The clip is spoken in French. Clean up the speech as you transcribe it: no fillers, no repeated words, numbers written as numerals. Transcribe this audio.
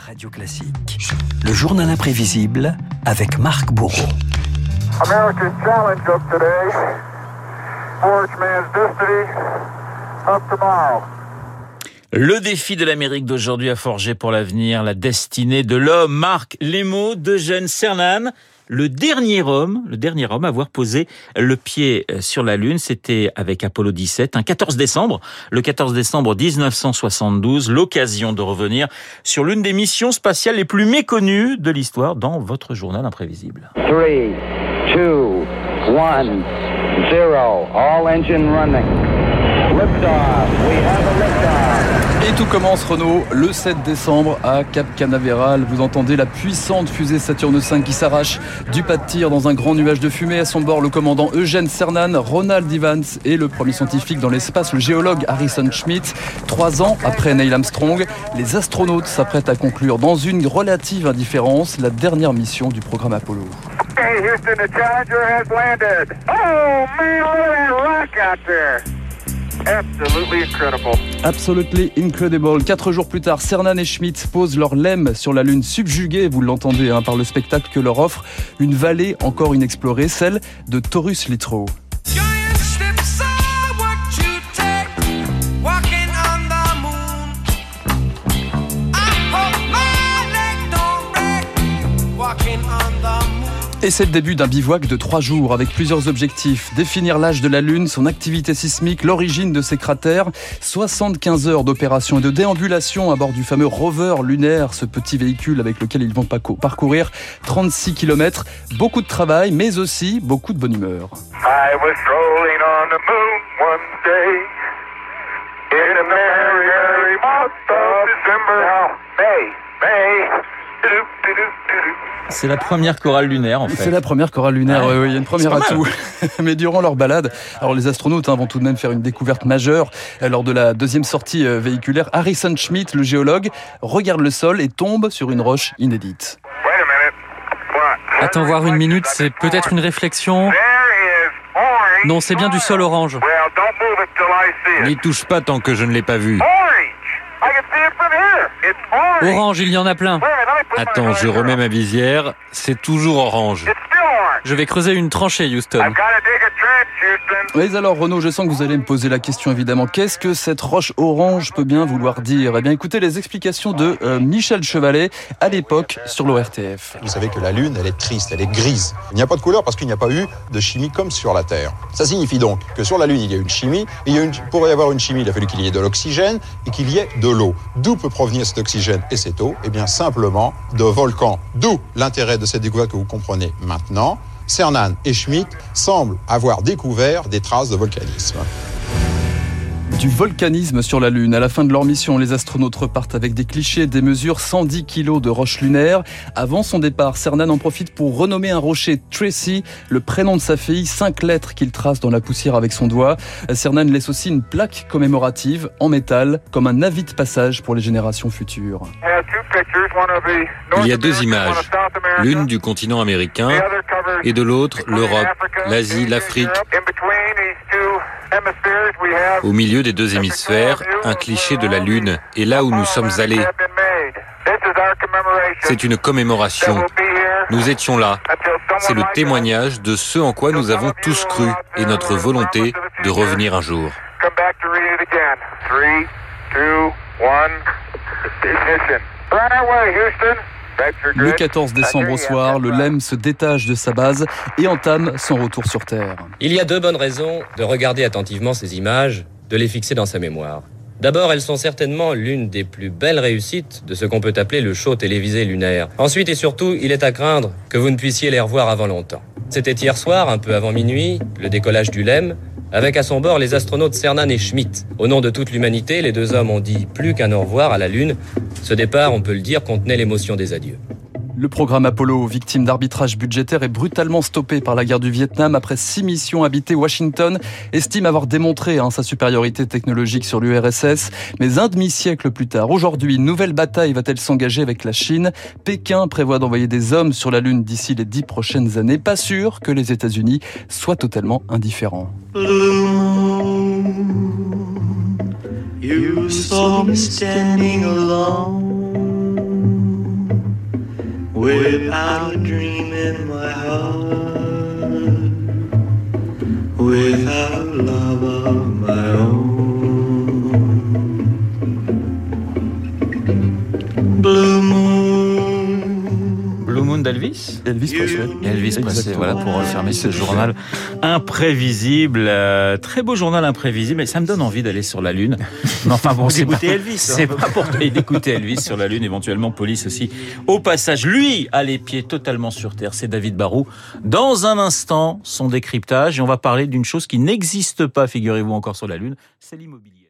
Radio Classique, le journal imprévisible avec Marc Bourreau. American challenge of today, forge man's destiny of tomorrow. Le défi de l'Amérique d'aujourd'hui a forgé pour l'avenir la destinée de l'homme. Marc, les mots d'Eugène Cernan, le dernier homme à avoir posé le pied sur la Lune. C'était avec Apollo 17, un 14 décembre, le 14 décembre 1972, l'occasion de revenir sur l'une des missions spatiales les plus méconnues de l'histoire dans votre journal imprévisible. 3, 2, 1, 0, all engine running. Liftoff, we have a liftoff. Et tout commence, Renaud, le 7 décembre à Cap Canaveral. Vous entendez la puissante fusée Saturne V qui s'arrache du pas de tir dans un grand nuage de fumée. À son bord, le commandant Eugène Cernan, Ronald Evans et le premier scientifique dans l'espace, le géologue Harrison Schmitt. 3 ans après Neil Armstrong, les astronautes s'apprêtent à conclure dans une relative indifférence la dernière mission du programme Apollo. Hey Houston, the Challenger has landed. Oh man, look at that rock out there. Absolutely incredible. Absolutely incredible. 4 jours plus tard, Cernan et Schmitt posent leur lemme sur la Lune subjuguée, vous l'entendez, par le spectacle que leur offre une vallée encore inexplorée, celle de Taurus Littrow. Et c'est le début d'un bivouac de 3 jours avec plusieurs objectifs. Définir l'âge de la Lune, son activité sismique, l'origine de ses cratères. 75 heures d'opération et de déambulation à bord du fameux rover lunaire, ce petit véhicule avec lequel ils vont parcourir 36 km. Beaucoup de travail, mais aussi beaucoup de bonne humeur. I was strolling on the moon one day in a merry month of December. May. C'est la première chorale lunaire, en fait. C'est la première chorale lunaire, oui, il y a une première atout. Mais durant leur balade, alors les astronautes vont tout de même faire une découverte majeure. Lors de la deuxième sortie véhiculaire, Harrison Schmitt, le géologue, regarde le sol et tombe sur une roche inédite. Attends voir une minute, c'est peut-être une réflexion. Non, c'est bien du sol orange. N'y touche pas tant que je ne l'ai pas vu. Orange, il y en a plein. Attends, je remets ma visière. C'est toujours orange. Je vais creuser une tranchée, Houston. Mais alors, Renaud, je sens que vous allez me poser la question, évidemment. Qu'est-ce que cette roche orange peut bien vouloir dire ? Eh bien, écoutez les explications de Michel Chevalet, à l'époque, sur l'ORTF. Vous savez que la Lune, elle est triste, elle est grise. Il n'y a pas de couleur parce qu'il n'y a pas eu de chimie comme sur la Terre. Ça signifie donc que sur la Lune, il y a une chimie. Et pour y avoir une chimie, il a fallu qu'il y ait de l'oxygène et qu'il y ait de l'eau. D'où peut provenir cet oxygène et cette eau ? Eh bien, simplement de volcans. D'où l'intérêt de cette découverte que vous comprenez maintenant. Cernan et Schmitt semblent avoir découvert des traces de volcanisme. Du volcanisme sur la Lune. À la fin de leur mission, les astronautes repartent avec des clichés, des mesures 110 kg de roches lunaires. Avant son départ, Cernan en profite pour renommer un rocher Tracy, le prénom de sa fille, 5 lettres qu'il trace dans la poussière avec son doigt. Cernan laisse aussi une plaque commémorative en métal, comme un avis de passage pour les générations futures. Il y a 2 images, l'une du continent américain et de l'autre l'Europe, l'Asie, l'Afrique. Au milieu des 2 hémisphères, un cliché de la Lune et là où nous sommes allés. C'est une commémoration. Nous étions là. C'est le témoignage de ce en quoi nous avons tous cru et notre volonté de revenir un jour. 3, 2, 1, ignition. Right away, Houston. Le 14 décembre au soir, le LEM se détache de sa base et entame son retour sur Terre. Il y a 2 bonnes raisons de regarder attentivement ces images, de les fixer dans sa mémoire. D'abord, elles sont certainement l'une des plus belles réussites de ce qu'on peut appeler le show télévisé lunaire. Ensuite et surtout, il est à craindre que vous ne puissiez les revoir avant longtemps. C'était hier soir, un peu avant minuit, le décollage du LEM, avec à son bord les astronautes Cernan et Schmitt. Au nom de toute l'humanité, les 2 hommes ont dit plus qu'un au revoir à la Lune. Ce départ, on peut le dire, contenait l'émotion des adieux. Le programme Apollo, victime d'arbitrage budgétaire, est brutalement stoppé par la guerre du Vietnam. Après 6 missions habitées, Washington estime avoir démontré sa supériorité technologique sur l'URSS. Mais un demi-siècle plus tard, aujourd'hui, une nouvelle bataille va-t-elle s'engager avec la Chine ? Pékin prévoit d'envoyer des hommes sur la Lune d'ici les 10 prochaines années. Pas sûr que les États-Unis soient totalement indifférents. You saw me standing alone. without a dream in my heart, without love of my own. Blue Moon. Blue Moon d'Elvis ? Elvis Presley. Elvis Presley, voilà, pour refermer ce journal imprévisible. Très beau journal imprévisible, et ça me donne envie d'aller sur la Lune. Mais enfin bon, c'est pas, c'est pas pour d'écouter Elvis sur la Lune, éventuellement Police aussi. Au passage, lui a les pieds totalement sur terre, c'est David Barrou. Dans un instant, son décryptage, et on va parler d'une chose qui n'existe pas, figurez-vous, encore sur la Lune, c'est l'immobilier.